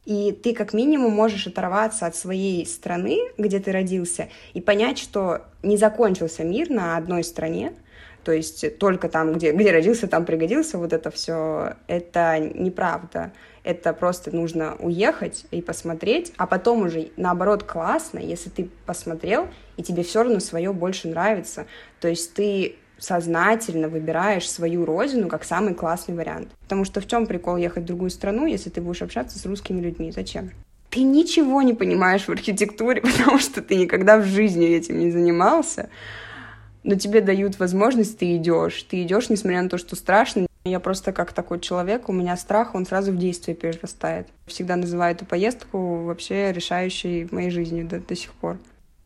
И ты как минимум можешь оторваться от своей страны, где ты родился, и понять, что не закончился мир на одной стране, то есть только там, где родился, там пригодился, вот это все, это неправда. Это просто нужно уехать и посмотреть, а потом уже, наоборот, классно, если ты посмотрел, и тебе все равно свое больше нравится. То есть ты сознательно выбираешь свою родину как самый классный вариант. Потому что в чем прикол ехать в другую страну, если ты будешь общаться с русскими людьми? Зачем? Ты ничего не понимаешь в архитектуре, потому что ты никогда в жизни этим не занимался, но тебе дают возможность, ты идешь, несмотря на то, что страшно. Я просто как такой человек, у меня страх, он сразу в действие перерастает. Всегда называю эту поездку вообще решающей в моей жизни до сих пор.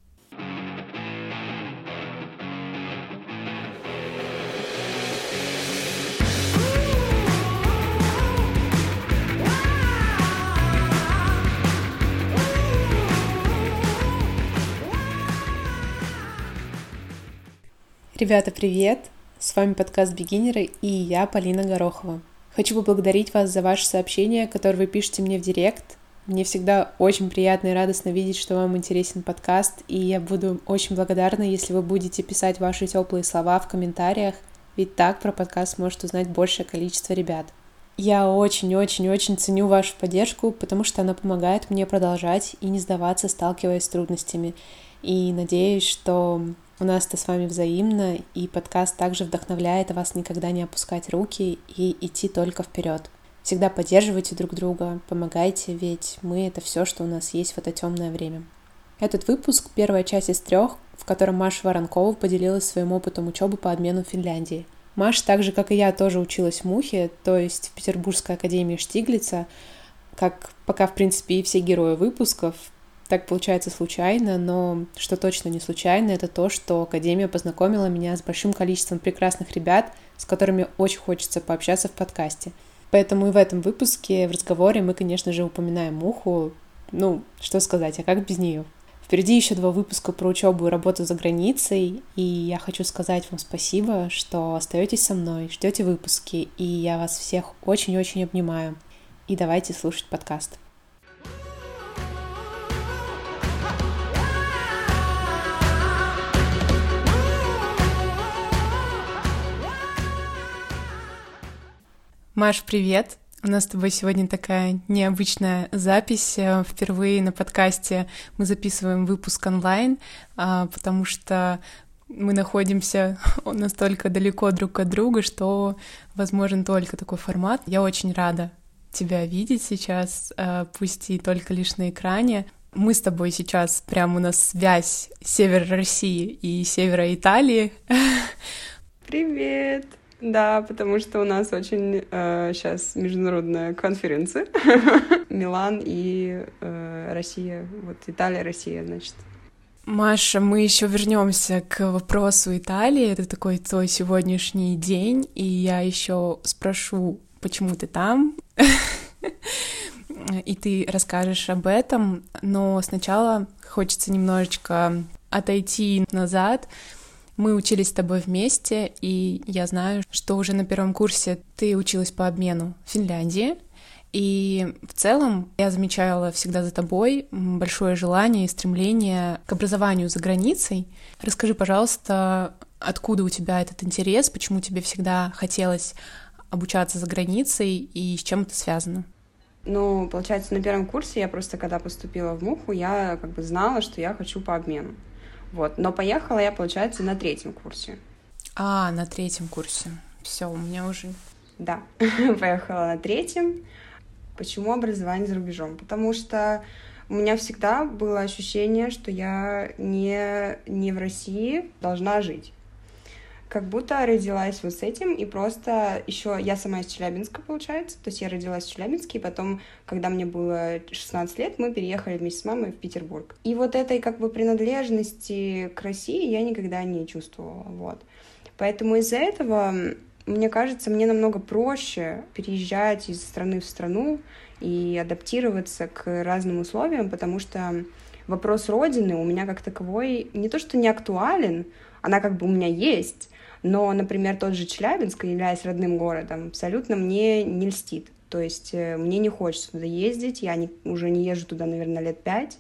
Ребята, привет! С вами подкаст «Бигинеры» и я, Полина Горохова. Хочу поблагодарить вас за ваши сообщения, которые вы пишете мне в директ. Мне всегда очень приятно и радостно видеть, что вам интересен подкаст, и я буду очень благодарна, если вы будете писать ваши теплые слова в комментариях, ведь так про подкаст может узнать большее количество ребят. Я очень-очень-очень ценю вашу поддержку, потому что она помогает мне продолжать и не сдаваться, сталкиваясь с трудностями. И надеюсь, что у нас это с вами взаимно, и подкаст также вдохновляет вас никогда не опускать руки и идти только вперед. Всегда поддерживайте друг друга, помогайте, ведь мы — это все, что у нас есть в это темное время. Этот выпуск — первая часть из 3, в котором Маша Воронкова поделилась своим опытом учебы по обмену в Финляндии. Маша, так же, как и я, тоже училась в МУХе, то есть в Петербургской академии Штиглица, как пока, в принципе, и все герои выпусков. Так получается случайно, но что точно не случайно, это то, что Академия познакомила меня с большим количеством прекрасных ребят, с которыми очень хочется пообщаться в подкасте. Поэтому и в этом выпуске, в разговоре, мы, конечно же, упоминаем Муху. Что сказать, а как без нее? Впереди еще 2 выпуска про учебу и работу за границей, и я хочу сказать вам спасибо, что остаетесь со мной, ждете выпуски, и я вас всех очень-очень обнимаю. И давайте слушать подкаст. Маш, привет! У нас с тобой сегодня такая необычная запись. Впервые на подкасте мы записываем выпуск онлайн, потому что мы находимся настолько далеко друг от друга, что возможен только такой формат. Я очень рада тебя видеть сейчас, пусть и только лишь на экране. Мы с тобой сейчас, прям у нас связь севера России и севера Италии. Привет! Да, потому что у нас очень сейчас международная конференция. Милан и Россия. Вот Италия, Россия, значит. Маша, мы еще вернемся к вопросу Италии. Это такой твой сегодняшний день, и я еще спрошу, почему ты там, и ты расскажешь об этом. Но сначала хочется немножечко отойти назад. Мы учились с тобой вместе, и я знаю, что уже на 1 курсе ты училась по обмену в Финляндии. И в целом я замечала всегда за тобой большое желание и стремление к образованию за границей. Расскажи, пожалуйста, откуда у тебя этот интерес, почему тебе всегда хотелось обучаться за границей и с чем это связано? Получается, на 1 курсе я просто, когда поступила в МУХу, я знала, что я хочу по обмену. Вот. Но поехала я, получается, на 3 курсе. На 3 курсе. Все, у меня уже... Да, поехала на 3. Почему образование за рубежом? Потому что у меня всегда было ощущение, что я не в России должна жить. Как будто родилась вот с этим, и просто еще я сама из Челябинска, получается, то есть я родилась в Челябинске, и потом, когда мне было 16 лет, мы переехали вместе с мамой в Петербург. И вот этой принадлежности к России я никогда не чувствовала, вот. Поэтому из-за этого, мне кажется, мне намного проще переезжать из страны в страну и адаптироваться к разным условиям, потому что вопрос родины у меня как таковой не то что не актуален, она у меня есть, но, например, тот же Челябинск, являясь родным городом, абсолютно мне не льстит. То есть мне не хочется туда ездить, уже не езжу туда, наверное, лет 5,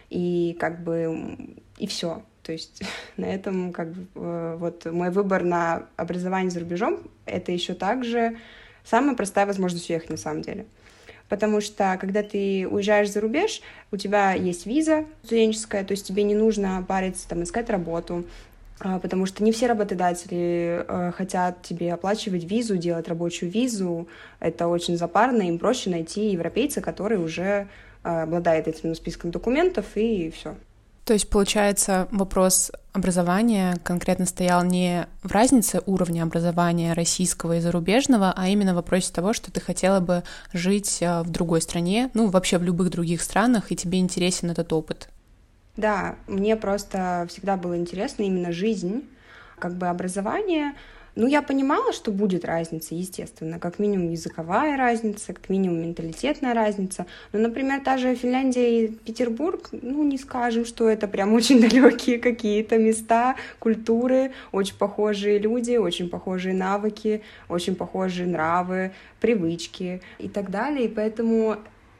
и как бы и все. То есть на этом как бы вот мой выбор на образование за рубежом — это еще также самая простая возможность уехать на самом деле. Потому что, когда ты уезжаешь за рубеж, у тебя есть виза студенческая, то есть тебе не нужно париться, там, искать работу, потому что не все работодатели хотят тебе оплачивать визу, делать рабочую визу. Это очень запарно, им проще найти европейца, который уже обладает этим списком документов, и все. То есть, получается, вопрос образования конкретно стоял не в разнице уровня образования российского и зарубежного, а именно в вопросе того, что ты хотела бы жить в другой стране, ну, вообще в любых других странах, и тебе интересен этот опыт. Да, мне просто всегда было интересно именно жизнь, как бы образование. Ну, я понимала, что будет разница, естественно, как минимум языковая разница, как минимум менталитетная разница. Но, например, та же Финляндия и Петербург, ну, не скажем, что это прям очень далекие какие-то места, культуры, очень похожие люди, очень похожие навыки, очень похожие нравы, привычки и так далее. И поэтому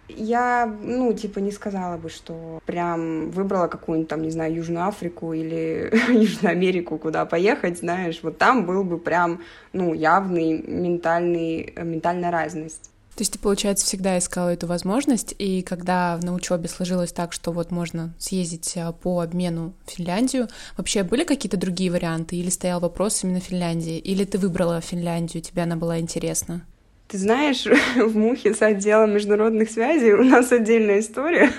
я, не сказала бы, что прям выбрала какую-нибудь там, не знаю, Южную Африку или Южную Америку, куда поехать, знаешь, вот там был бы прям, явный ментальная разность. То есть ты, получается, всегда искала эту возможность, и когда на учебе сложилось так, что вот можно съездить по обмену в Финляндию, вообще были какие-то другие варианты, или стоял вопрос именно Финляндии, или ты выбрала Финляндию, тебе она была интересна? Ты знаешь, в МУХе с отделом международных связей у нас отдельная история.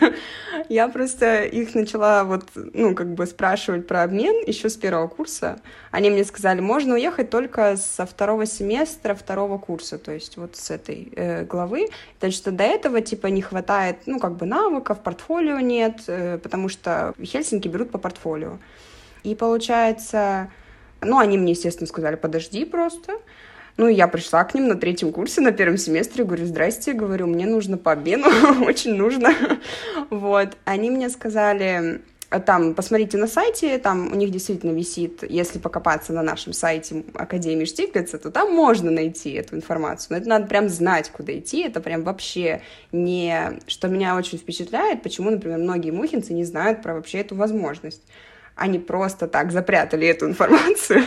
Я просто их начала спрашивать про обмен еще с первого курса. Они мне сказали, можно уехать только со второго семестра второго курса, то есть вот с этой главы. Потому что до этого не хватает, навыков, портфолио нет, потому что в Хельсинки берут по портфолио. И получается, они мне, естественно, сказали, подожди просто. Я пришла к ним на третьем курсе, на первом семестре, говорю, здрасте, говорю, мне нужно по обмену, очень нужно. Вот, они мне сказали, там, посмотрите на сайте, там у них действительно висит, если покопаться на нашем сайте Академии Штиглица, то там можно найти эту информацию, но это надо прям знать, куда идти, это прям вообще не... Что меня очень впечатляет, почему, например, многие мухинцы не знают про вообще эту возможность. Они просто так запрятали эту информацию,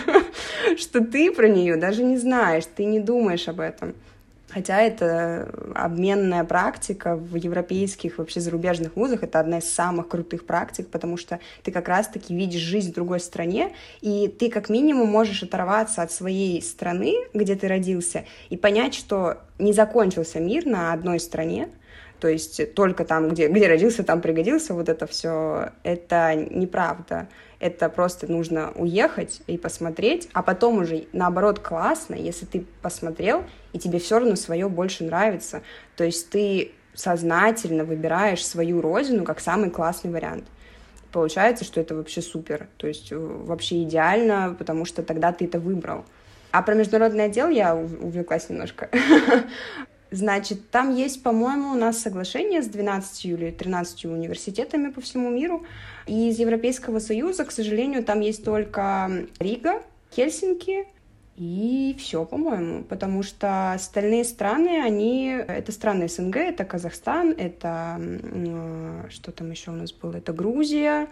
что ты про нее даже не знаешь, ты не думаешь об этом. Хотя это обменная практика в европейских, вообще зарубежных вузах, это одна из самых крутых практик, потому что ты как раз-таки видишь жизнь в другой стране, и ты как минимум можешь оторваться от своей страны, где ты родился, и понять, что не закончился мир на одной стране, то есть только там, где родился, там пригодился, вот это все, это неправда. Это просто нужно уехать и посмотреть, а потом уже, наоборот, классно, если ты посмотрел, и тебе все равно свое больше нравится. То есть ты сознательно выбираешь свою родину как самый классный вариант. Получается, что это вообще супер, то есть вообще идеально, потому что тогда ты это выбрал. А про международный отдел я увлеклась немножко. Значит, там есть, по-моему, у нас соглашение с 12 или 13 университетами по всему миру. И из Европейского Союза, к сожалению, там есть только Рига, Хельсинки и все, по-моему. Потому что остальные страны, это страны СНГ, это Казахстан, это... Что там еще у нас было? Это Грузия,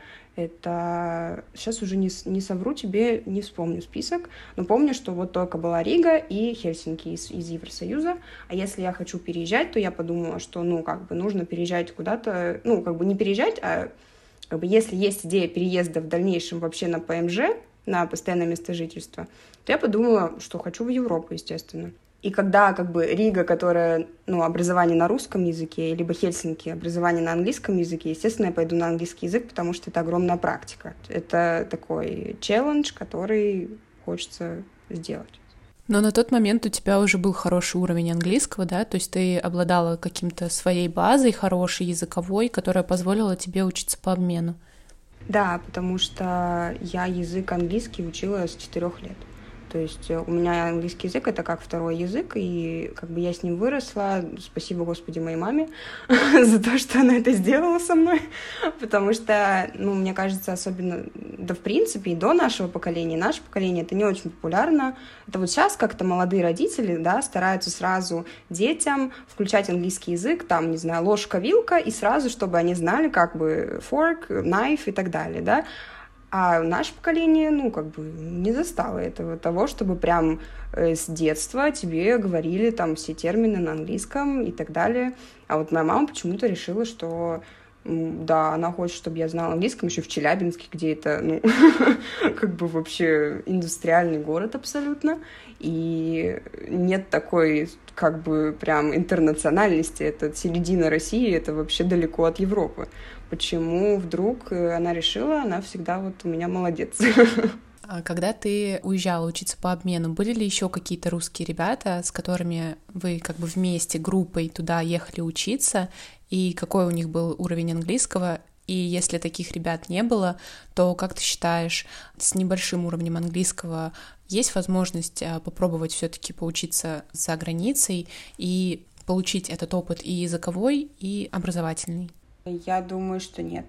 это... Сейчас уже не совру тебе, не вспомню список, но помню, что вот только была Рига и Хельсинки из Евросоюза. А если я хочу переезжать, то я подумала, что, нужно переезжать куда-то... не переезжать, а если есть идея переезда в дальнейшем вообще на ПМЖ, на постоянное место жительства, то я подумала, что хочу в Европу, естественно. И когда Рига, которая, образование на русском языке, либо Хельсинки, образование на английском языке, естественно, я пойду на английский язык, потому что это огромная практика. Это такой челлендж, который хочется сделать. Но на тот момент у тебя уже был хороший уровень английского, да? То есть ты обладала каким-то своей базой хорошей, языковой, которая позволила тебе учиться по обмену. Да, потому что я язык английский учила с 4 лет. То есть у меня английский язык — это как второй язык, и как бы я с ним выросла. Спасибо, Господи, моей маме за то, что она это сделала со мной, потому что, мне кажется, особенно, да, в принципе, и до нашего поколения, и наше поколение, это не очень популярно. Это вот сейчас как-то молодые родители, да, стараются сразу детям включать английский язык, там, не знаю, ложка, вилка, и сразу, чтобы они знали, как бы, fork, knife и так далее, да. А наше поколение, не застало этого, того, чтобы прям с детства тебе говорили там все термины на английском и так далее. А вот моя мама почему-то решила, что, да, она хочет, чтобы я знала английский, еще в Челябинске, где это, как бы вообще индустриальный город абсолютно, и нет такой, как бы, прям интернациональности, это середина России, это вообще далеко от Европы. Почему вдруг она решила, она всегда вот у меня молодец. А когда ты уезжала учиться по обмену, были ли еще какие-то русские ребята, с которыми вы как бы вместе, группой туда ехали учиться, и какой у них был уровень английского? И если таких ребят не было, то, как ты считаешь, с небольшим уровнем английского есть возможность попробовать все-таки поучиться за границей и получить этот опыт и языковой, и образовательный? Я думаю, что нет.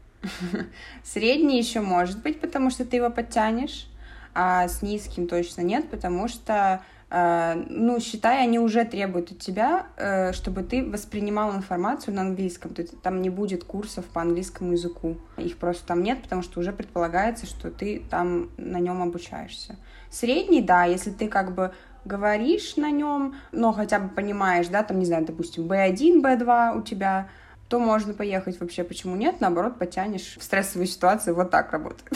Средний еще может быть, потому что ты его подтянешь, а с низким точно нет, потому что, считай, они уже требуют от тебя, чтобы ты воспринимал информацию на английском. То есть там не будет курсов по английскому языку. Их просто там нет, потому что уже предполагается, что ты там на нем обучаешься. Средний, да, если ты как бы говоришь на нем, но хотя бы понимаешь, да, там, не знаю, допустим, B1, B2 у тебя, то можно поехать вообще. Почему нет? Наоборот, потянешь в стрессовой ситуации. Вот так работает.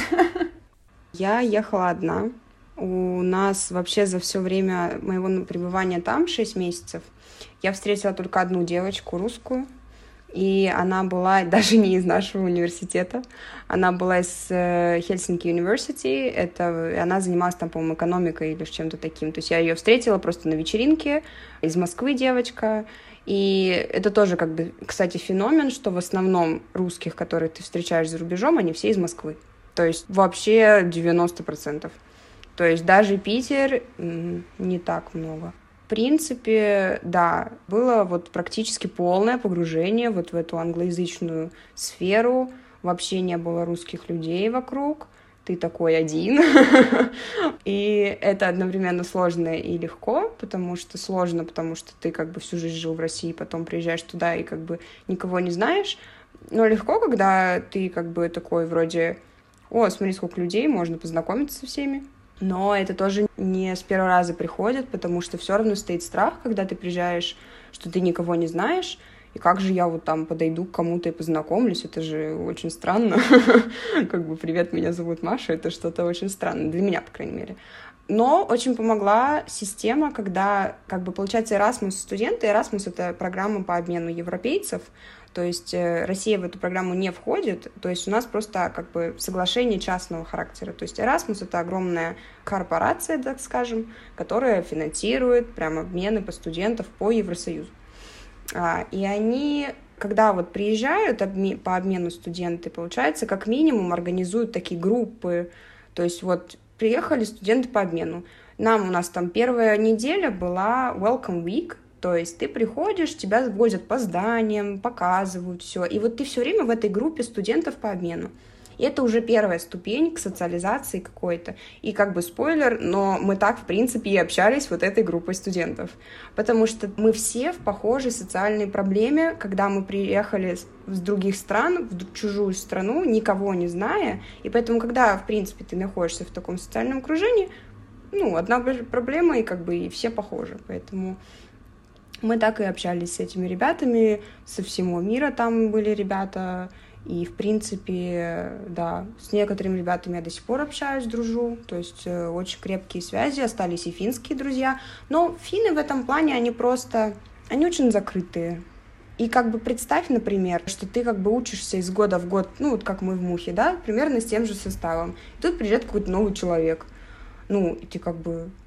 Я ехала одна. У нас вообще за все время моего пребывания там, 6 месяцев, я встретила только одну девочку русскую. И она была даже не из нашего университета. Она была из Helsinki University. Она занималась там, по-моему, экономикой или чем-то таким. То есть я ее встретила просто на вечеринке. Из Москвы девочка. И это тоже, как бы, кстати, феномен, что в основном русских, которые ты встречаешь за рубежом, они все из Москвы. То есть вообще 90%. То есть даже Питер не так много. В принципе, да, было вот практически полное погружение вот в эту англоязычную сферу. Вообще не было русских людей вокруг. Ты такой один. И это одновременно сложно и легко, потому что ты как бы всю жизнь жил в России, потом приезжаешь туда и как бы никого не знаешь. Но легко, когда ты как бы такой вроде: о, смотри, сколько людей, можно познакомиться со всеми. Но это тоже не с первого раза приходит, потому что все равно стоит страх, когда ты приезжаешь, что ты никого не знаешь, и как же я вот там подойду к кому-то и познакомлюсь, это же очень странно. Как бы «Привет, меня зовут Маша», это что-то очень странное, для меня, по крайней мере. Но очень помогла система, когда, как бы, получается, Erasmus студенты. Erasmus — это программа по обмену европейцев, то есть Россия в эту программу не входит, то есть у нас просто как бы соглашение частного характера. То есть Erasmus — это огромная корпорация, так скажем, которая финансирует прям обмены по студентов по Евросоюзу. И они, когда вот приезжают по обмену студенты, получается, как минимум организуют такие группы. То есть вот приехали студенты по обмену. У нас там первая неделя была Welcome Week, то есть ты приходишь, тебя возят по зданиям, показывают все, и вот ты все время в этой группе студентов по обмену. И это уже первая ступень к социализации какой-то. И как бы спойлер, но мы так, в принципе, и общались вот этой группой студентов. Потому что мы все в похожей социальной проблеме, когда мы приехали с других стран в чужую страну, никого не зная. И поэтому, когда, в принципе, ты находишься в таком социальном окружении, одна проблема, и как бы и все похожи. Поэтому мы так и общались с этими ребятами, со всего мира там были ребята. И, в принципе, да, с некоторыми ребятами я до сих пор общаюсь, дружу. То есть очень крепкие связи, остались и финские друзья. Но финны в этом плане, они очень закрытые. И как бы представь, например, что ты как бы учишься из года в год, вот как мы в Мухе, да, примерно с тем же составом. И тут приезжает какой-то новый человек. И ты как бы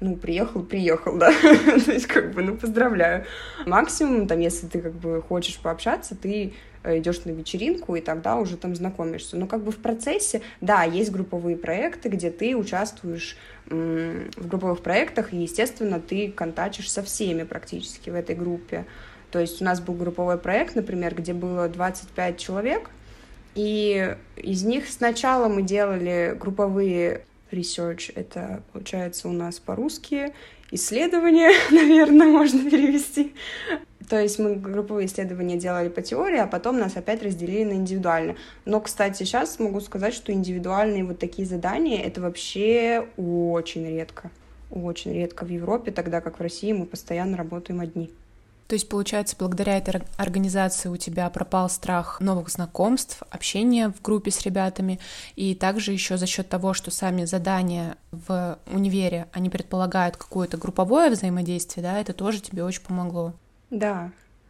приехал, да. То есть, поздравляю. Максимум, если ты, хочешь пообщаться, ты идешь на вечеринку, и тогда уже там знакомишься. Но в процессе, да, есть групповые проекты, где ты участвуешь в групповых проектах, и, естественно, ты контачишь со всеми практически в этой группе. То есть у нас был групповой проект, например, где было 25 человек, и из них сначала мы делали групповые research, это, получается, у нас по-русски исследования, наверное, можно перевести. То есть мы групповые исследования делали по теории, а потом нас опять разделили на индивидуально. Но, кстати, сейчас могу сказать, что индивидуальные вот такие задания — это вообще очень редко. Очень редко в Европе, тогда как в России мы постоянно работаем одни. То есть, получается, благодаря этой организации у тебя пропал страх новых знакомств, общения в группе с ребятами, и также еще за счет того, что сами задания в универе, они предполагают какое-то групповое взаимодействие, да, это тоже тебе очень помогло. Да,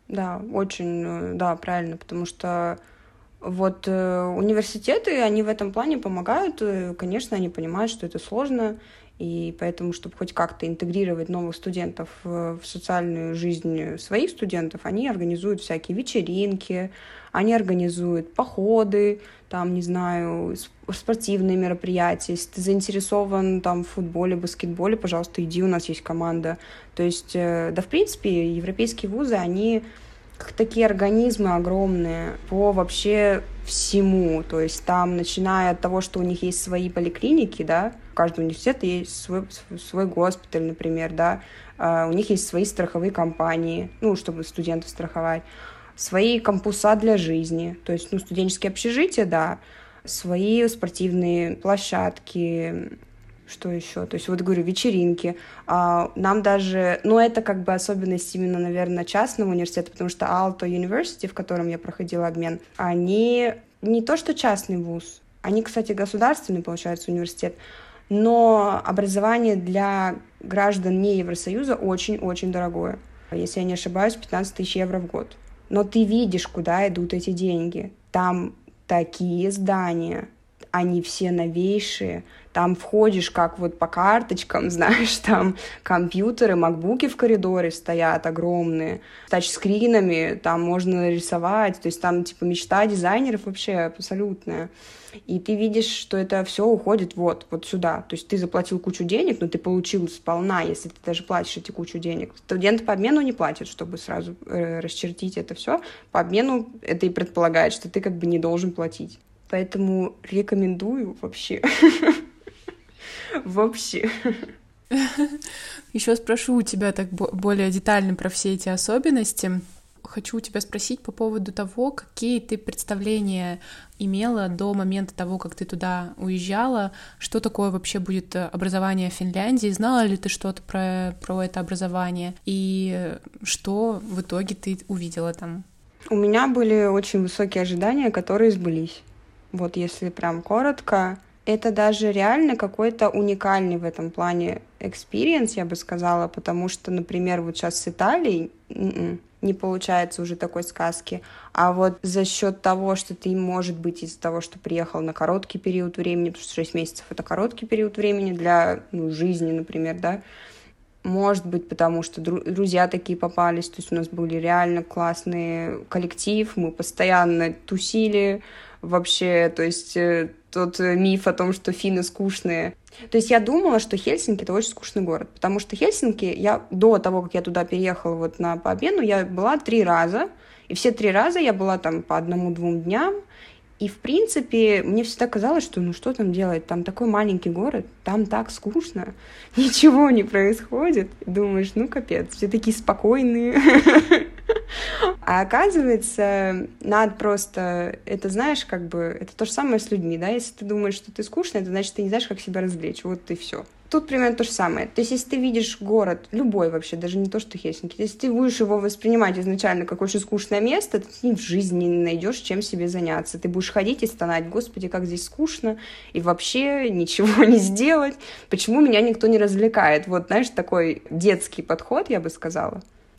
очень, да, правильно, потому что вот университеты, они в этом плане помогают, конечно, они понимают, что это сложно, и поэтому, чтобы хоть как-то интегрировать новых студентов в социальную жизнь своих студентов, они организуют всякие вечеринки, они организуют походы, там, не знаю, спортивные мероприятия. Если ты заинтересован там в футболе, баскетболе, пожалуйста, иди, у нас есть команда. То есть, да, в принципе, европейские вузы, они как такие организмы огромные по вообще всему. То есть там, начиная от того, что у них есть свои поликлиники, да, у каждого университета есть свой госпиталь, например, да, у них есть свои страховые компании, чтобы студентов страховать, свои кампуса для жизни, то есть, студенческие общежития, да, свои спортивные площадки, что еще? То есть, вот говорю, вечеринки. Нам даже... это особенность именно, наверное, частного университета, потому что Aalto University, в котором я проходила обмен, они не то что частный вуз, они, кстати, государственный, получается, университет, но образование для граждан не Евросоюза очень-очень дорогое. Если я не ошибаюсь, 15 тысяч евро в год. Но ты видишь, куда идут эти деньги. Там такие здания, они все новейшие, там входишь как вот по карточкам, знаешь, там компьютеры, макбуки в коридоре стоят огромные, с тачскринами, там можно рисовать, то есть там типа мечта дизайнеров вообще абсолютная. И ты видишь, что это все уходит вот сюда. То есть ты заплатил кучу денег, но ты получил сполна, если ты даже платишь эти кучу денег. Студенты по обмену не платят, чтобы сразу расчертить это все. По обмену это и предполагает, что ты не должен платить. Поэтому рекомендую вообще. Вообще. Еще спрошу у тебя так более детально про все эти особенности. Хочу у тебя спросить по поводу того, какие ты представления имела до момента того, как ты туда уезжала, что такое вообще будет образование в Финляндии, знала ли ты что-то про это образование, и что в итоге ты увидела там? У меня были очень высокие ожидания, которые сбылись. Вот если прям коротко, это даже реально какой-то уникальный в этом плане экспириенс, я бы сказала, потому что, например, вот сейчас с Италией не получается уже такой сказки, а вот за счет того, что ты, может быть, из-за того, что приехал на короткий период времени, потому что 6 месяцев — это короткий период времени для жизни, например, да, может быть, потому что друзья такие попались, то есть у нас были реально классный коллектив, мы постоянно тусили, вообще, то есть тот миф о том, что финны скучные. То есть я думала, что Хельсинки — это очень скучный город, потому что Хельсинки, до того, как я туда переехала по обмену, я была 3 раза, и все 3 раза я была там по 1-2 дням, и, в принципе, мне всегда казалось, что что там делать, там такой маленький город, там так скучно, ничего не происходит. Думаешь, капец, все такие спокойные. А оказывается, надо просто... Это, знаешь, это то же самое с людьми, да? Если ты думаешь, что ты скучный, это значит, ты не знаешь, как себя развлечь. Вот и все. Тут примерно то же самое. То есть, если ты видишь город, любой вообще, даже не то, что Хельсинки, если ты будешь его воспринимать изначально как очень скучное место, ты в жизни не найдешь, чем себе заняться. Ты будешь ходить и стонать: господи, как здесь скучно, и вообще ничего не сделать. Почему меня никто не развлекает? Вот, знаешь, такой детский подход, я бы сказала.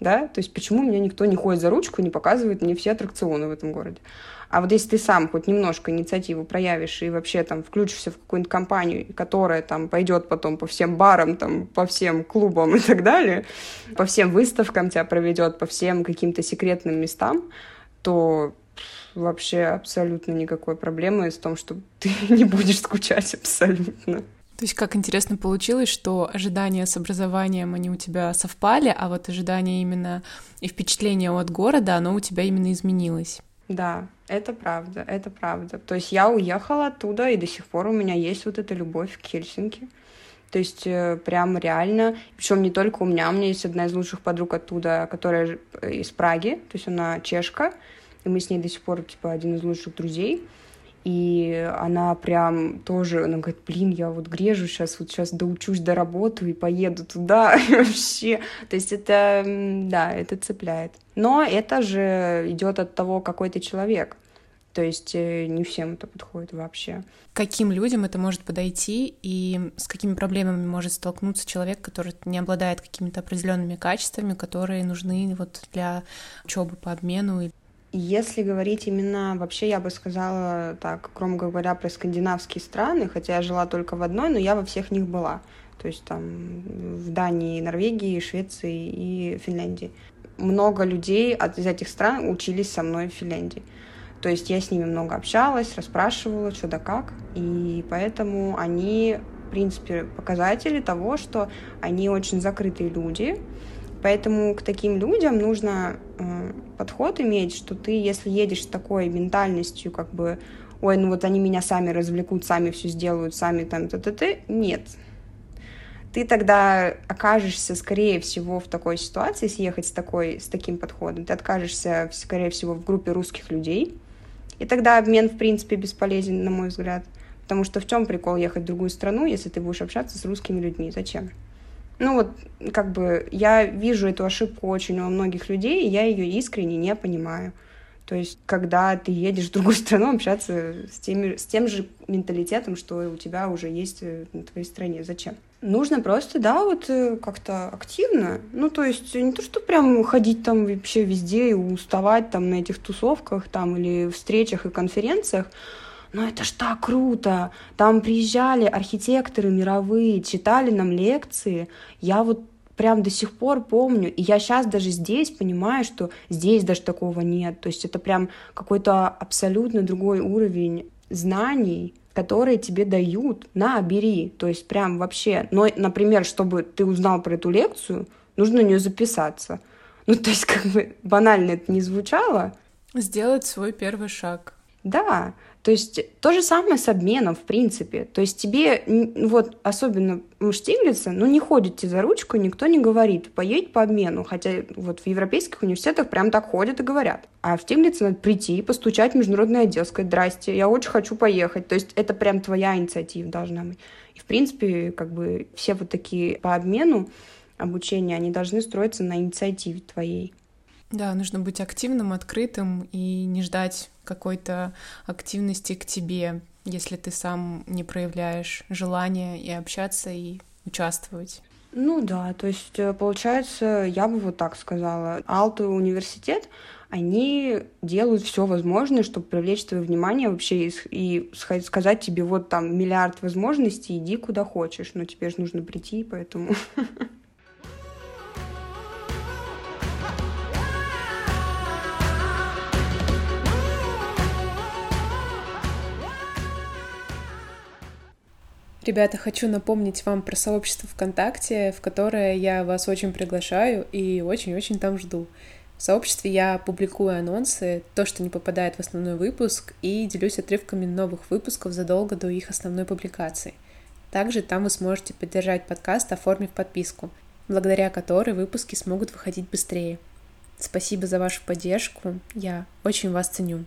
да, то есть почему меня никто не ходит за ручку, не показывает мне все аттракционы в этом городе. А вот если ты сам хоть немножко инициативу проявишь и вообще там включишься в какую-нибудь компанию, которая там пойдет потом по всем барам, там, по всем клубам и так далее, по всем выставкам тебя проведет, по всем каким-то секретным местам, то вообще абсолютно никакой проблемы с том, что ты не будешь скучать абсолютно. То есть как интересно получилось, что ожидания с образованием, они у тебя совпали, а вот ожидания именно и впечатление от города, оно у тебя именно изменилось. Да, это правда, это правда. То есть я уехала оттуда, и до сих пор у меня есть вот эта любовь к Хельсинки. То есть прям реально, причем не только у меня есть одна из лучших подруг оттуда, которая из Праги, то есть она чешка, и мы с ней до сих пор, типа, один из лучших друзей. И она прям тоже, она говорит, блин, я вот грежу сейчас доучусь, доработаю и поеду туда, и вообще. То есть это, да, это цепляет. Но это же идет от того, какой ты человек. То есть не всем это подходит вообще. Каким людям это может подойти и с какими проблемами может столкнуться человек, который не обладает какими-то определенными качествами, которые нужны вот для учебы по обмену? Если говорить именно, вообще я бы сказала так, громко говоря, про скандинавские страны, хотя я жила только в одной, но я во всех них была. То есть там в Дании, Норвегии, Швеции и Финляндии. Много людей из этих стран учились со мной в Финляндии. То есть я с ними много общалась, расспрашивала, что да как. И поэтому они, в принципе, показатели того, что они очень закрытые люди. Поэтому к таким людям нужно подход иметь, что ты, если едешь с такой ментальностью, как бы, ой, ну вот они меня сами развлекут, сами все сделают, сами там, нет. Ты тогда окажешься, скорее всего, в такой ситуации, если ехать с таким подходом, ты окажешься, скорее всего, в группе русских людей, и тогда обмен, в принципе, бесполезен, на мой взгляд. Потому что в чем прикол ехать в другую страну, если ты будешь общаться с русскими людьми? Зачем? Ну вот, как бы, я вижу эту ошибку очень у многих людей, и я ее искренне не понимаю. То есть, когда ты едешь в другую страну, общаться с тем же менталитетом, что у тебя уже есть на твоей стране. Зачем? Нужно просто, да, вот как-то активно. Ну, то есть, не то, что прям ходить там вообще везде и уставать там на этих тусовках там или встречах и конференциях. Но это ж так круто! Там приезжали архитекторы мировые, читали нам лекции. Я вот прям до сих пор помню. И я сейчас даже здесь понимаю, что здесь даже такого нет. То есть это прям какой-то абсолютно другой уровень знаний, которые тебе дают. На, бери. То есть прям вообще. Но, например, чтобы ты узнал про эту лекцию, нужно на нее записаться. Ну, то есть как бы банально это не звучало. Сделать свой первый шаг. Да, то есть то же самое с обменом, в принципе. То есть тебе, вот особенно Штиглица, ну не ходит тебе за ручку, никто не говорит, поедь по обмену. Хотя вот в европейских университетах прям так ходят и говорят. А в Штиглице надо прийти, постучать в международный отдел, сказать, здрасте, я очень хочу поехать. То есть это прям твоя инициатива должна быть. И в принципе, как бы все вот такие по обмену обучения, они должны строиться на инициативе твоей. Да, нужно быть активным, открытым и не ждать какой-то активности к тебе, если ты сам не проявляешь желания и общаться, и участвовать. Ну да, то есть, получается, я бы вот так сказала. Aalto университет, они делают все возможное, чтобы привлечь твое внимание вообще и сказать тебе, вот там миллиард возможностей, иди куда хочешь, но тебе же нужно прийти, поэтому... Ребята, хочу напомнить вам про сообщество ВКонтакте, в которое я вас очень приглашаю и очень-очень там жду. В сообществе я публикую анонсы, то, что не попадает в основной выпуск, и делюсь отрывками новых выпусков задолго до их основной публикации. Также там вы сможете поддержать подкаст, оформив подписку, благодаря которой выпуски смогут выходить быстрее. Спасибо за вашу поддержку, я очень вас ценю.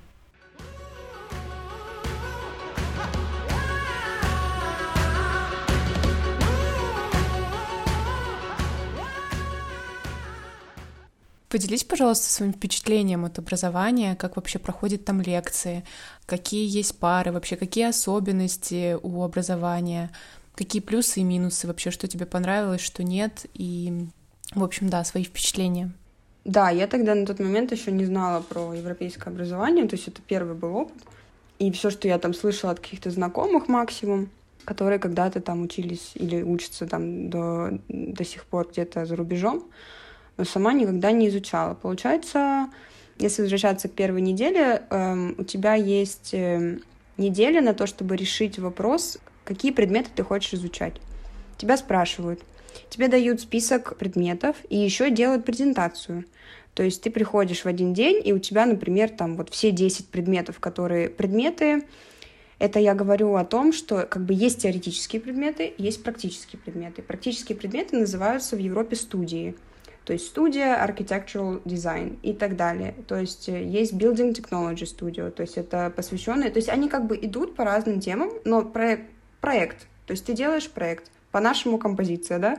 Поделись, пожалуйста, своим впечатлением от образования, как вообще проходят там лекции, какие есть пары, вообще какие особенности у образования, какие плюсы и минусы вообще, что тебе понравилось, что нет, и, в общем, да, свои впечатления. Да, я тогда на тот момент еще не знала про европейское образование, то есть это первый был опыт. И все, что я там слышала от каких-то знакомых максимум, которые когда-то там учились или учатся там до сих пор где-то за рубежом, но сама никогда не изучала. Получается, если возвращаться к первой неделе, у тебя есть неделя на то, чтобы решить вопрос, какие предметы ты хочешь изучать. Тебя спрашивают, тебе дают список предметов и еще делают презентацию. То есть ты приходишь в один день, и у тебя, например, там вот все 10 предметов, которые... Предметы, это я говорю о том, что как бы есть теоретические предметы, есть практические предметы. Практические предметы называются в Европе студии. То есть студия, architectural design и так далее. То есть есть building technology studio, то есть это посвященные... То есть они как бы идут по разным темам, но проект. То есть ты делаешь проект. По-нашему композиция, да?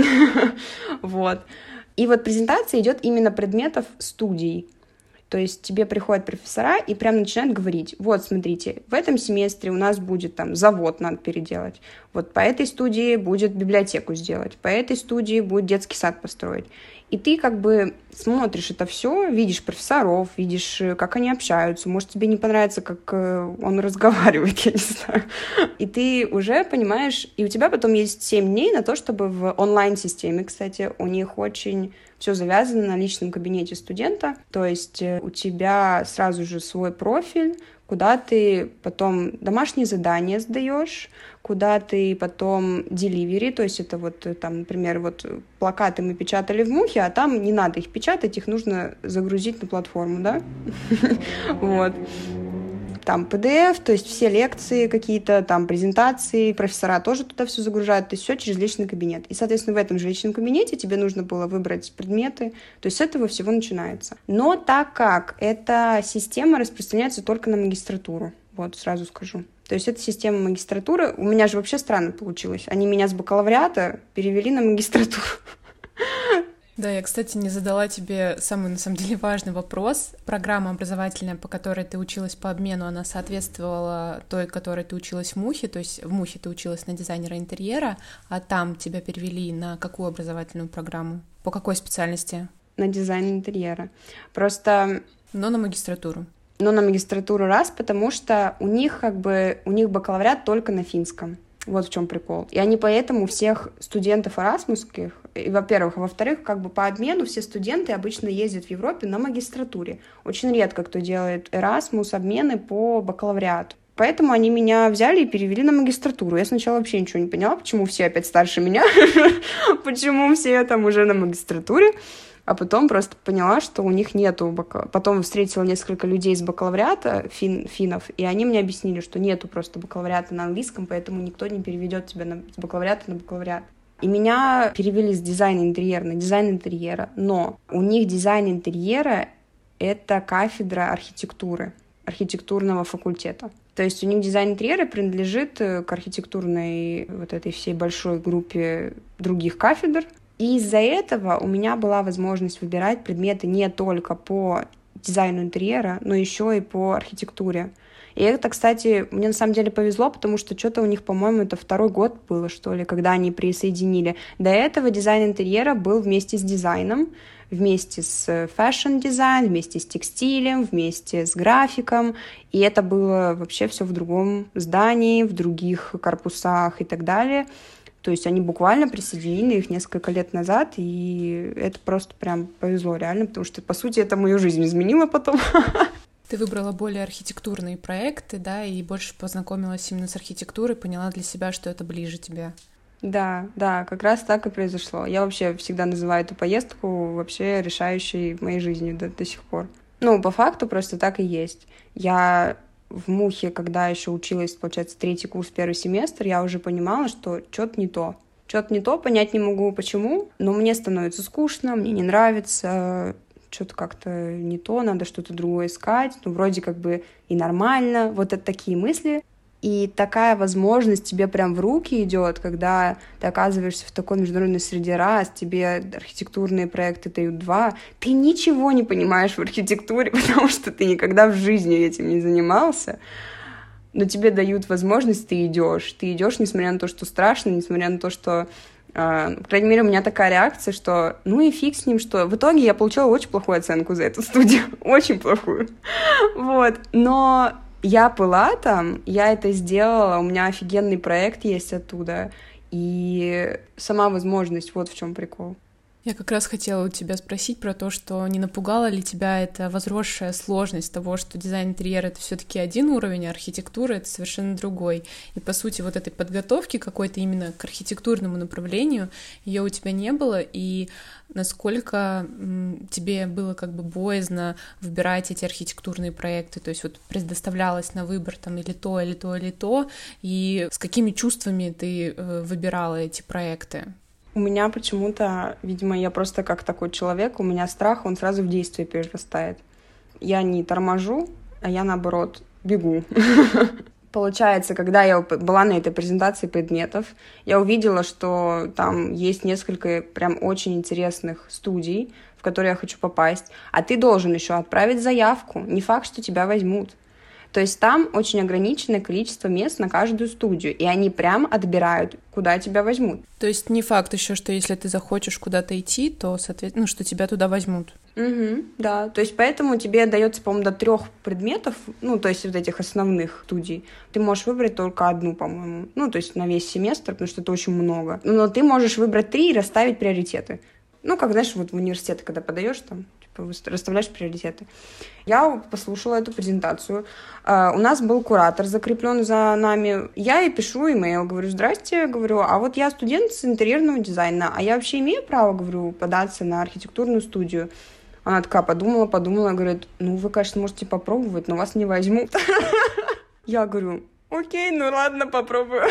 Вот. И вот презентация идет именно предметов студий. То есть тебе приходят профессора и прям начинают говорить, вот, смотрите, в этом семестре у нас будет там завод надо переделать, вот по этой студии будет библиотеку сделать, по этой студии будет детский сад построить. И ты как бы смотришь это все, видишь профессоров, видишь, как они общаются, может, тебе не понравится, как он разговаривает, я не знаю. И ты уже понимаешь, и у тебя потом есть 7 дней на то, чтобы в онлайн-системе, кстати, у них очень все завязано на личном кабинете студента, то есть у тебя сразу же свой профиль, куда ты потом домашние задания сдаешь, куда ты потом delivery, то есть это вот там, например, вот плакаты мы печатали в Мухе, а там не надо их печатать, их нужно загрузить на платформу, да? Вот. Там PDF, то есть все лекции какие-то, там презентации, профессора тоже туда все загружают, то есть все через личный кабинет. И, соответственно, в этом же личном кабинете тебе нужно было выбрать предметы, то есть с этого всего начинается. Но так как эта система распространяется только на магистратуру, вот сразу скажу. То есть это система магистратуры, у меня же вообще странно получилось. Они меня с бакалавриата перевели на магистратуру. Да, я, кстати, не задала тебе самый, на самом деле, важный вопрос. Программа образовательная, по которой ты училась по обмену, она соответствовала той, которой ты училась в Мухе, то есть в Мухе ты училась на дизайнера интерьера, а там тебя перевели на какую образовательную программу? По какой специальности? На дизайн интерьера. Просто... Но на магистратуру. Но на магистратуру потому что у них бакалавриат только на финском. Вот в чем прикол. И они поэтому всех студентов эрасмусских, во-первых, а во-вторых, как бы по обмену все студенты обычно ездят в Европе на магистратуре. Очень редко кто делает эрасмус, обмены по бакалавриату. Поэтому они меня взяли и перевели на магистратуру. Я сначала вообще ничего не поняла, почему все опять старше меня, почему все там уже на магистратуре. А потом просто поняла, что у них нету... Потом встретила несколько людей из бакалавриата, финнов, и они мне объяснили, что нету просто бакалавриата на английском, поэтому никто не переведет тебя с бакалавриата на бакалавриат. И меня перевели с дизайна интерьера на дизайн интерьера, но у них дизайн интерьера — это кафедра архитектуры, архитектурного факультета. То есть у них дизайн интерьера принадлежит к архитектурной вот этой всей большой группе других кафедр. И из-за этого у меня была возможность выбирать предметы не только по дизайну интерьера, но еще и по архитектуре. И это, кстати, мне на самом деле повезло, потому что что-то у них, по-моему, это 2-й год было, что ли, когда они присоединили. До этого дизайн интерьера был вместе с дизайном, вместе с фэшн-дизайн, вместе с текстилем, вместе с графиком. И это было вообще все в другом здании, в других корпусах и так далее. То есть они буквально присоединили их несколько лет назад, и это просто прям повезло реально, потому что, по сути, это мою жизнь изменило потом. Ты выбрала более архитектурные проекты, да, и больше познакомилась именно с архитектурой, поняла для себя, что это ближе тебе. Да, как раз так и произошло. Я вообще всегда называю эту поездку вообще решающей в моей жизни до сих пор. Ну, по факту просто так и есть. Я в Мухе, когда еще училась, получается, 3-й курс, 1-й семестр, я уже понимала, что что-то не то. Что-то не то, понять не могу, почему, но мне становится скучно, мне не нравится, что-то как-то не то, надо что-то другое искать, ну, вроде как бы и нормально, вот это такие мысли. И такая возможность тебе прям в руки идет, когда ты оказываешься в такой международной среде раз, тебе архитектурные проекты дают 2, ты ничего не понимаешь в архитектуре, потому что ты никогда в жизни этим не занимался, но тебе дают возможность, ты идешь, несмотря на то, что страшно, несмотря на то, что По крайней мере, у меня такая реакция, что ну и фиг с ним, что в итоге я получила очень плохую оценку за эту студию, очень плохую. Вот, но я была там, я это сделала, у меня офигенный проект есть оттуда, и сама возможность, вот в чем прикол. Я как раз хотела у тебя спросить про то, что не напугала ли тебя эта возросшая сложность того, что дизайн интерьера — это все-таки один уровень, а архитектура — это совершенно другой. И, по сути, вот этой подготовки какой-то именно к архитектурному направлению ее у тебя не было, и насколько тебе было как бы боязно выбирать эти архитектурные проекты, то есть вот предоставлялось на выбор там или то, или то, или то, и с какими чувствами ты выбирала эти проекты? У меня почему-то, видимо, я просто как такой человек, у меня страх, он сразу в действие перерастает. Я не торможу, а я, наоборот, бегу. Получается, когда я была на этой презентации предметов, я увидела, что там есть несколько прям очень интересных студий, в которые я хочу попасть, а ты должен еще отправить заявку. Не факт, что тебя возьмут. То есть там очень ограниченное количество мест на каждую студию, и они прям отбирают, куда тебя возьмут. То есть не факт еще, что если ты захочешь куда-то идти, то, соответственно, что тебя туда возьмут. Да, то есть поэтому тебе дается, по-моему, до 3 предметов, ну, то есть вот этих основных студий. Ты можешь выбрать только одну, по-моему, ну, то есть на весь семестр, потому что это очень много. Но ты можешь выбрать 3 и расставить приоритеты. Ну, как, знаешь, вот в университет, когда подаешь, там, расставляешь приоритеты. Я послушала эту презентацию. У нас был куратор закреплен за нами. Я ей пишу имейл, говорю: здрасте, говорю, а вот я студент с интерьерного дизайна, а я вообще имею право, говорю, податься на архитектурную студию? Она такая подумала, говорит: ну, вы, конечно, можете попробовать, но вас не возьмут. Я говорю: окей, ну ладно, попробую.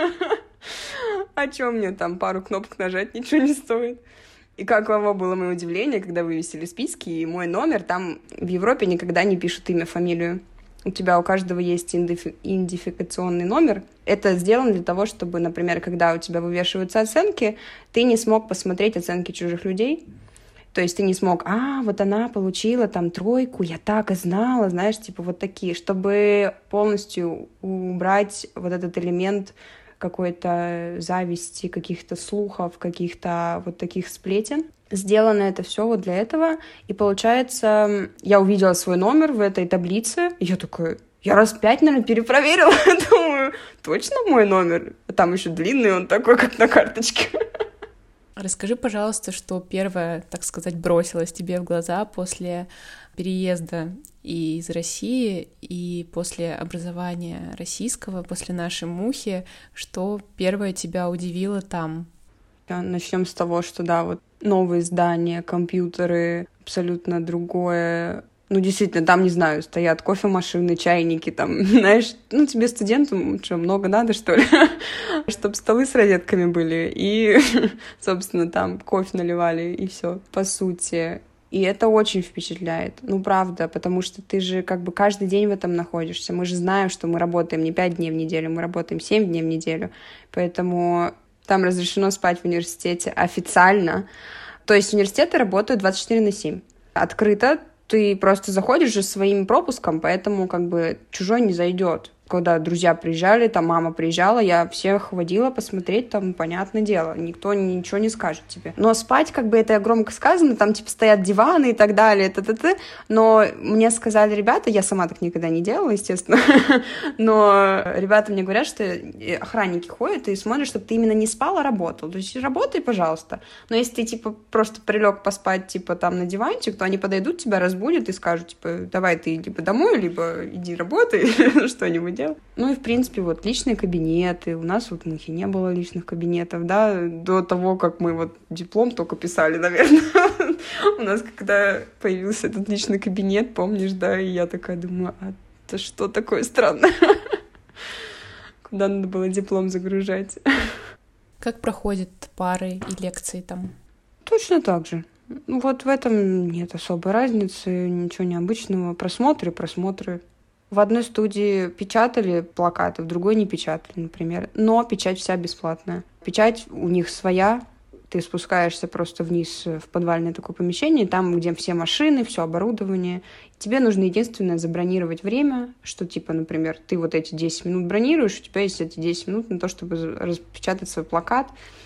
А что мне там пару кнопок нажать, ничего не стоит. И каково было мое удивление, когда вывесили списки, и мой номер, там в Европе никогда не пишут имя, фамилию. У тебя у каждого есть идентификационный номер. Это сделано для того, чтобы, например, когда у тебя вывешиваются оценки, ты не смог посмотреть оценки чужих людей. То есть ты не смог: вот она получила там 3, я так и знала, знаешь, типа вот такие, чтобы полностью убрать вот этот элемент какой-то зависти, каких-то слухов, каких-то вот таких сплетен. Сделано это все вот для этого. И получается, я увидела свой номер в этой таблице, и я такая, я раз 5, наверное, перепроверила. Думаю, точно мой номер? А там еще длинный, он такой, как на карточке. Расскажи, пожалуйста, что первое, так сказать, бросилось тебе в глаза после переезда и из России, и после образования российского, после нашей мухи, что первое тебя удивило там? Начнем с того, что да, вот новые здания, компьютеры, абсолютно другое. Ну, действительно, там, не знаю, стоят кофемашины, чайники, там, знаешь, ну, тебе, студентам, что, много надо, что ли? Чтобы столы с розетками были, и, собственно, там кофе наливали, и все, по сути. И это очень впечатляет, ну, правда, потому что ты же как бы каждый день в этом находишься. Мы же знаем, что мы работаем не 5 дней в неделю, мы работаем 7 дней в неделю, поэтому там разрешено спать в университете официально. То есть университеты работают 24/7. Открыто, ты просто заходишь же своим пропуском, поэтому как бы чужой не зайдет. Когда друзья приезжали, там мама приезжала, я всех водила посмотреть, там, понятное дело, никто ничего не скажет тебе. Но спать, как бы, это громко сказано, там, типа, стоят диваны и так далее, но мне сказали ребята, я сама так никогда не делала, естественно, но ребята мне говорят, что охранники ходят и смотрят, чтобы ты именно не спал, а работал. То есть работай, пожалуйста. Но если ты, типа, просто прилег поспать, типа, там, на диванчик, то они подойдут, тебя разбудят и скажут, типа, давай ты либо домой, либо иди работай, что-нибудь делать. Ну и, в принципе, вот личные кабинеты. У нас вот в Мухе не было личных кабинетов, да, до того, как мы вот диплом только писали, наверное. У нас когда появился этот личный кабинет, помнишь, да, и я такая думаю, а это что такое странное? Куда надо было диплом загружать? Как проходят пары и лекции там? Точно так же. Ну вот в этом нет особой разницы, ничего необычного. Просмотры. В одной студии печатали плакаты, в другой не печатали, например. Но печать вся бесплатная. Печать у них своя. Ты спускаешься просто вниз в подвальное такое помещение, там, где все машины, все оборудование. Тебе нужно единственное забронировать время, что, типа, например, ты вот эти 10 минут бронируешь, у тебя есть эти 10 минут на то, чтобы распечатать свой плакат.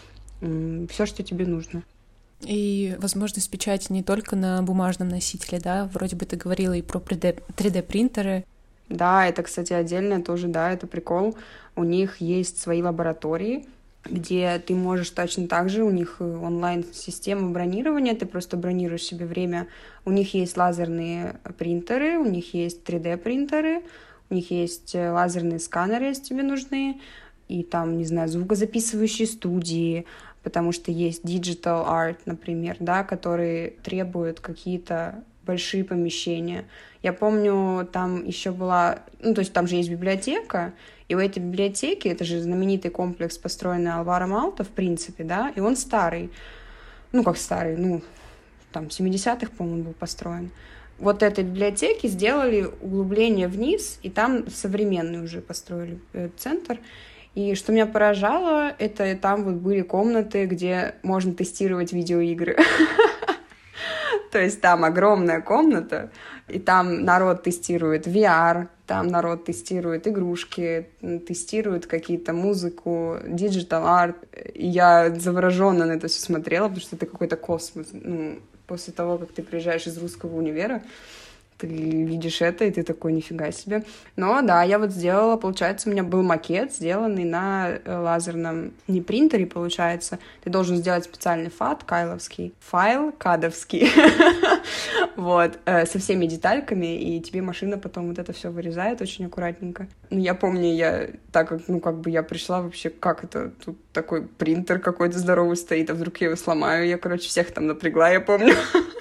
все, что тебе нужно. И возможность печати не только на бумажном носителе, да? Вроде бы ты говорила и про 3D-принтеры. Да, это, кстати, отдельно тоже, да, это прикол. У них есть свои лаборатории, где ты можешь точно так же, у них онлайн-система бронирования, ты просто бронируешь себе время. У них есть лазерные принтеры, у них есть 3D-принтеры, у них есть лазерные сканеры, если тебе нужны, и там, не знаю, звукозаписывающие студии, потому что есть digital art, например, да, которые требуют какие-то большие помещения. Я помню, там еще была... Ну, то есть там же есть библиотека, и у этой библиотеки, это же знаменитый комплекс, построенный Алваро Aalto, в принципе, да, и он старый. Ну, как старый, ну, там, 70-х, по-моему, был построен. Вот этой библиотеки сделали углубление вниз, и там современный уже построили центр. И что меня поражало, это там вот были комнаты, где можно тестировать видеоигры. То есть там огромная комната, и там народ тестирует VR, там народ тестирует игрушки, тестирует какие-то музыку, digital art. И я завороженно на это все смотрела, потому что это какой-то космос. Ну, после того, как ты приезжаешь из русского универа, ты видишь это, и ты такой, нифига себе. Но да, я вот сделала, получается, у меня был макет, сделанный на лазерном, не принтере, получается. Ты должен сделать специальный файл кадовский, вот, со всеми детальками, и тебе машина потом вот это все вырезает очень аккуратненько. Ну, я помню, так как, ну, как бы я пришла вообще, как это, тут такой принтер какой-то здоровый стоит, а вдруг я его сломаю, я, короче, всех там напрягла, я помню.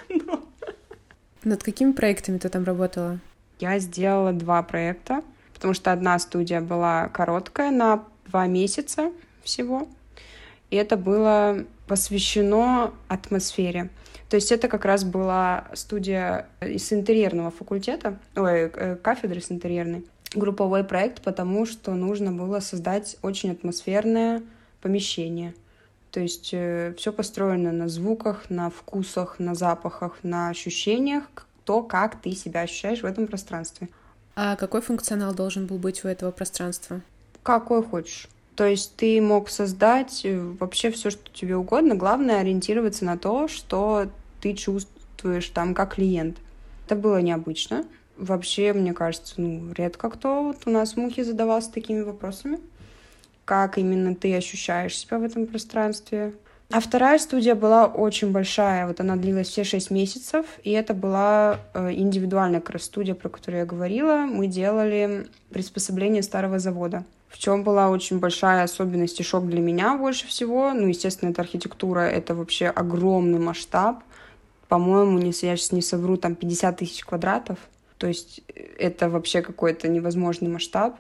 Над какими проектами ты там работала? Я сделала 2 проекта, потому что одна студия была короткая, на 2 месяца всего, и это было посвящено атмосфере. То есть это как раз была студия из интерьерного факультета, кафедры с интерьерной, групповой проект, потому что нужно было создать очень атмосферное помещение. То есть все построено на звуках, на вкусах, на запахах, на ощущениях, то, как ты себя ощущаешь в этом пространстве. А какой функционал должен был быть у этого пространства? Какой хочешь. То есть ты мог создать вообще все, что тебе угодно. Главное ориентироваться на то, что ты чувствуешь там как клиент. Это было необычно. Вообще, мне кажется, редко кто вот у нас в Мухе задавался такими вопросами. Как именно ты ощущаешь себя в этом пространстве. А вторая студия была очень большая, вот она длилась все 6 месяцев, и это была индивидуальная как раз студия, про которую я говорила. Мы делали приспособление старого завода. В чем была очень большая особенность и шок для меня больше всего. Ну, естественно, это архитектура, это вообще огромный масштаб. По-моему, я сейчас не совру, там 50 тысяч квадратов. То есть это вообще какой-то невозможный масштаб.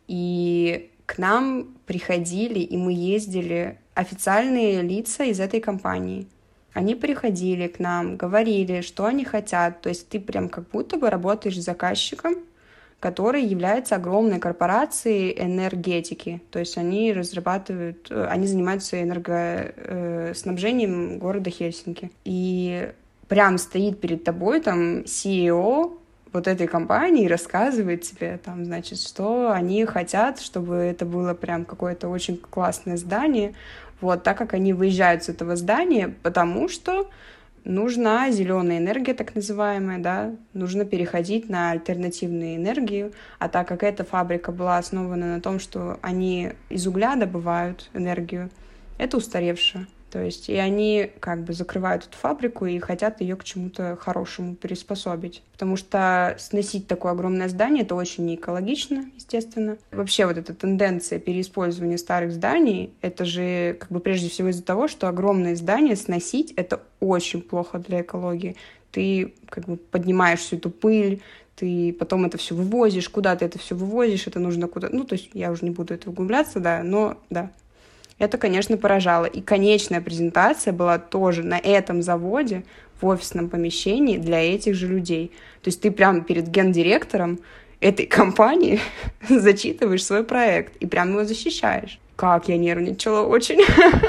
И к нам приходили, и мы ездили, официальные лица из этой компании. Они приходили к нам, говорили, что они хотят. То есть ты прям как будто бы работаешь с заказчиком, который является огромной корпорацией энергетики. То есть они занимаются энергоснабжением города Хельсинки. И прям стоит перед тобой там CEO вот этой компании и рассказывает тебе, там, значит, что они хотят, чтобы это было прям какое-то очень классное здание, вот, так как они выезжают с этого здания, потому что нужна зеленая энергия, так называемая, да, нужно переходить на альтернативную энергию, а так как эта фабрика была основана на том, что они из угля добывают энергию, это устаревшее. То есть, и они как бы закрывают эту фабрику и хотят ее к чему-то хорошему приспособить. Потому что сносить такое огромное здание — это очень неэкологично, естественно. Вообще вот эта тенденция переиспользования старых зданий, это же как бы прежде всего из-за того, что огромные здания сносить — это очень плохо для экологии. Ты как бы поднимаешь всю эту пыль, ты потом это все вывозишь, куда ты это все вывозишь, это нужно куда-то... Ну, то есть я уже не буду это углубляться, да, но да. Это, конечно, поражало. И конечная презентация была тоже на этом заводе, в офисном помещении для этих же людей. То есть ты прямо перед гендиректором этой компании зачитываешь свой проект и прямо его защищаешь. Как я нервничала очень.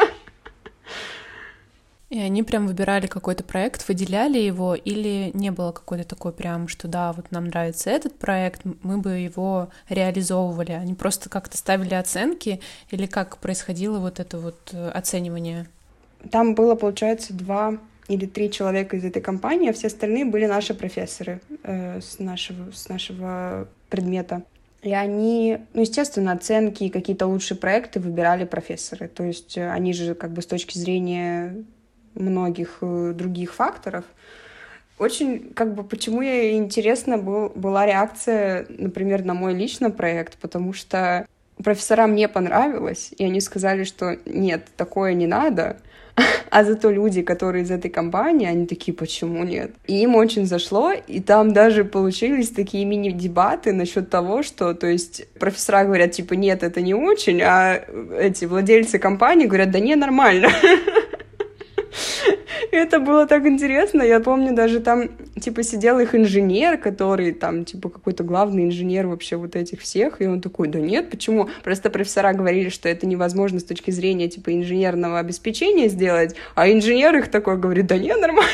И они прям выбирали какой-то проект, выделяли его, или не было какой-то такой прям, что да, вот нам нравится этот проект, мы бы его реализовывали. Они просто как-то ставили оценки, или как происходило вот это вот оценивание? Там было, получается, 2 или 3 человека из этой компании, а все остальные были наши профессоры с нашего предмета. И они, естественно, оценки и какие-то лучшие проекты выбирали профессоры. То есть они же как бы с точки зрения многих других факторов. Очень, как бы, почему ей интересна была реакция, например, на мой личный проект, потому что профессорам не понравилось, и они сказали, что нет, такое не надо. А зато люди, которые из этой компании, они такие, почему нет? И им очень зашло, и там даже получились такие мини-дебаты насчет того, что, то есть, профессора говорят, типа, нет, это не очень, а эти владельцы компании говорят, да не, нормально. И это было так интересно. Я помню, даже там, типа, сидел их инженер, который там, типа, какой-то главный инженер вообще вот этих всех, и он такой, да нет, почему? Просто профессора говорили, что это невозможно с точки зрения, типа, инженерного обеспечения сделать, а инженер их такой говорит, да не, нормально.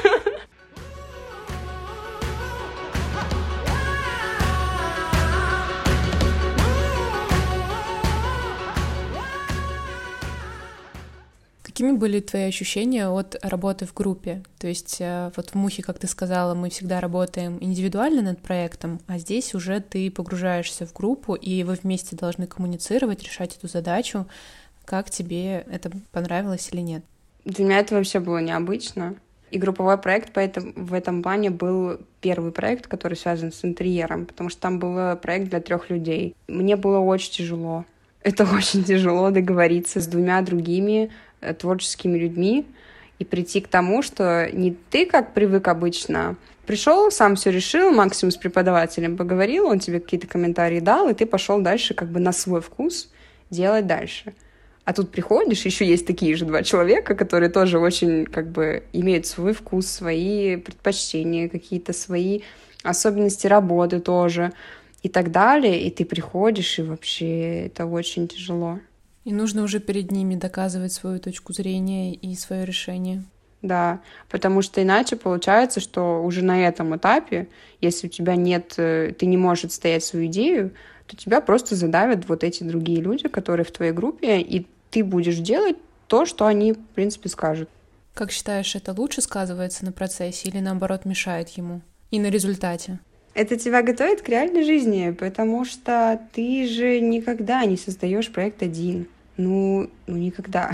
Какими были твои ощущения от работы в группе? То есть вот в «Мухе», как ты сказала, мы всегда работаем индивидуально над проектом, а здесь уже ты погружаешься в группу, и вы вместе должны коммуницировать, решать эту задачу. Как тебе это понравилось или нет? Для меня это вообще было необычно. И групповой проект в этом плане был первый проект, который связан с интерьером, потому что там был проект для 3 людей. Мне было очень тяжело. Это очень тяжело договориться с 2 другими творческими людьми и прийти к тому, что не ты, как привык обычно, пришел, сам все решил, максимум с преподавателем поговорил, он тебе какие-то комментарии дал, и ты пошел дальше как бы на свой вкус делать дальше. А тут приходишь, еще есть такие же 2 человека, которые тоже очень как бы имеют свой вкус, свои предпочтения, какие-то свои особенности работы тоже и так далее, и ты приходишь, и вообще это очень тяжело. И нужно уже перед ними доказывать свою точку зрения и свое решение. Да, потому что иначе получается, что уже на этом этапе, если у тебя нет, ты не можешь отстоять свою идею, то тебя просто задавят вот эти другие люди, которые в твоей группе, и ты будешь делать то, что они, в принципе, скажут. Как считаешь, это лучше сказывается на процессе или, наоборот, мешает ему? И на результате? Это тебя готовит к реальной жизни, потому что ты же никогда не создаешь проект один. Ну, никогда.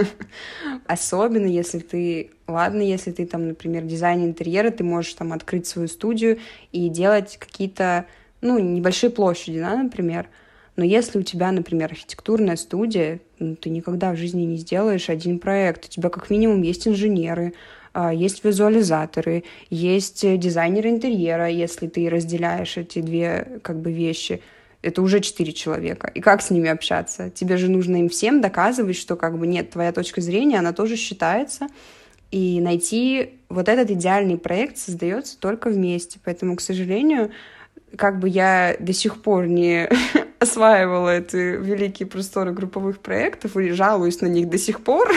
Особенно, если ты... Ладно, если ты там, например, дизайнер интерьера, ты можешь там открыть свою студию и делать какие-то, небольшие площади, да, например. Но если у тебя, например, архитектурная студия, ты никогда в жизни не сделаешь один проект. У тебя как минимум есть инженеры, есть визуализаторы, есть дизайнеры интерьера, если ты разделяешь эти 2 как бы вещи. Это уже 4 человека. И как с ними общаться? Тебе же нужно им всем доказывать, что как бы нет, твоя точка зрения, она тоже считается. И найти вот этот идеальный проект создается только вместе. Поэтому, к сожалению, как бы я до сих пор не осваивала эти великие просторы групповых проектов и жалуюсь на них до сих пор,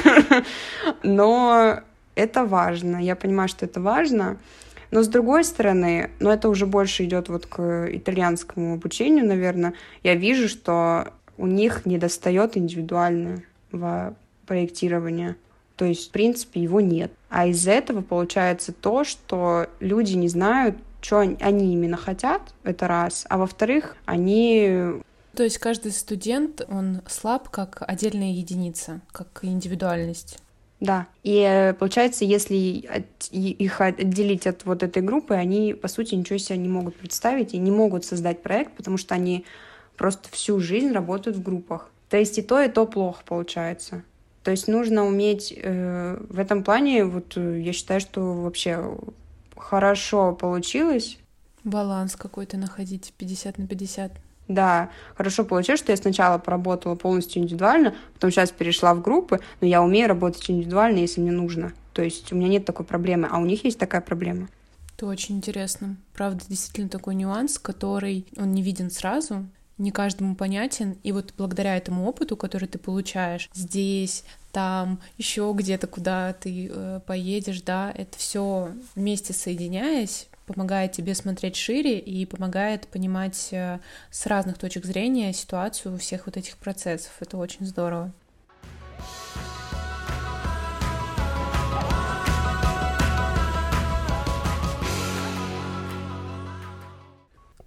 но это важно. Я понимаю, что это важно. Но с другой стороны, это уже больше идет вот к итальянскому обучению, наверное, я вижу, что у них недостает индивидуального проектирования. То есть, в принципе, его нет. А из-за этого получается то, что люди не знают, что они именно хотят, это раз. А во-вторых, они... То есть каждый студент, он слаб как отдельная единица, как индивидуальность. Да, и получается, если их отделить от вот этой группы, они, по сути, ничего себе не могут представить и не могут создать проект, потому что они просто всю жизнь работают в группах. То есть и то плохо получается. То есть нужно уметь в этом плане, вот я считаю, что вообще хорошо получилось. Баланс какой-то находить 50/50. Да, хорошо получилось, что я сначала поработала полностью индивидуально, потом сейчас перешла в группы, но я умею работать индивидуально, если мне нужно. То есть у меня нет такой проблемы, а у них есть такая проблема. Это очень интересно. Правда, действительно такой нюанс, который он не виден сразу, не каждому понятен. И вот благодаря этому опыту, который ты получаешь здесь, там, еще где-то, куда ты поедешь, да, это все вместе соединяясь, помогает тебе смотреть шире и помогает понимать с разных точек зрения ситуацию всех вот этих процессов. Это очень здорово.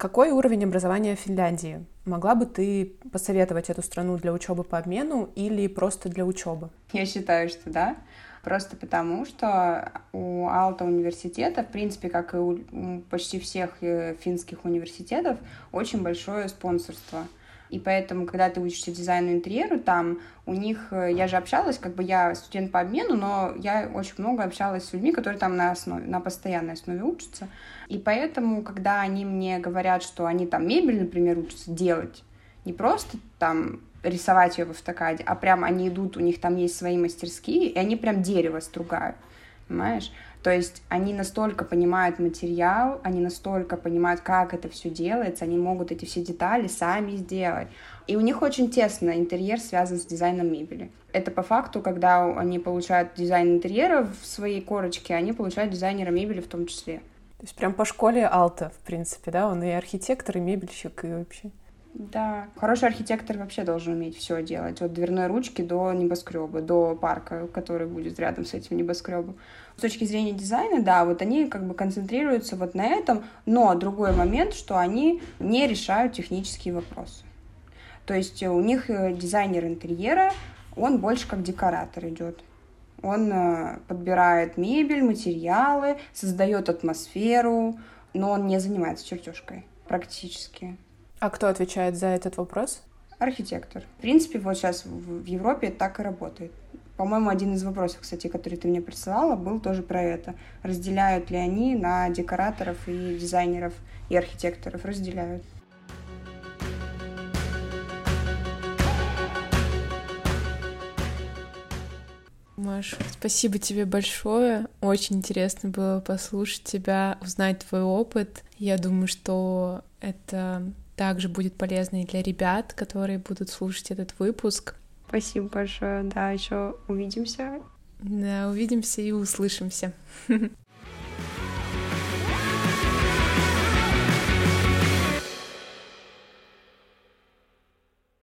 Какой уровень образования в Финляндии? Могла бы ты посоветовать эту страну для учебы по обмену или просто для учебы? Я считаю, что да. Просто потому, что у Aalto университета, в принципе, как и у почти всех финских университетов, очень большое спонсорство. И поэтому, когда ты учишься дизайну интерьеру, там у них, я же общалась, я студент по обмену, но я очень много общалась с людьми, которые там на постоянной основе учатся. И поэтому, когда они мне говорят, что они там мебель, например, учатся делать, не просто там рисовать ее в автокаде, а прям они идут, у них там есть свои мастерские, и они прям дерево стругают, понимаешь? То есть они настолько понимают материал, они настолько понимают, как это все делается, они могут эти все детали сами сделать. И у них очень тесно интерьер связан с дизайном мебели. Это по факту, когда они получают дизайн интерьера в своей корочке, они получают дизайнера мебели в том числе. То есть прям по школе Aalto, в принципе, да? Он и архитектор, и мебельщик, и вообще... Да, хороший архитектор вообще должен уметь все делать, от дверной ручки до небоскреба, до парка, который будет рядом с этим небоскребом. С точки зрения дизайна, да, вот они концентрируются вот на этом, но другой момент, что они не решают технические вопросы. То есть у них дизайнер интерьера, он больше как декоратор идет. Он подбирает мебель, материалы, создает атмосферу, но он не занимается чертежкой практически. А кто отвечает за этот вопрос? Архитектор. В принципе, вот сейчас в Европе так и работает. По-моему, один из вопросов, кстати, который ты мне присылала, был тоже про это. Разделяют ли они на декораторов и дизайнеров и архитекторов? Разделяют. Маш, спасибо тебе большое. Очень интересно было послушать тебя, узнать твой опыт. Я думаю, что это также будет полезно и для ребят, которые будут слушать этот выпуск. Спасибо большое. Да, еще увидимся. Да, увидимся и услышимся.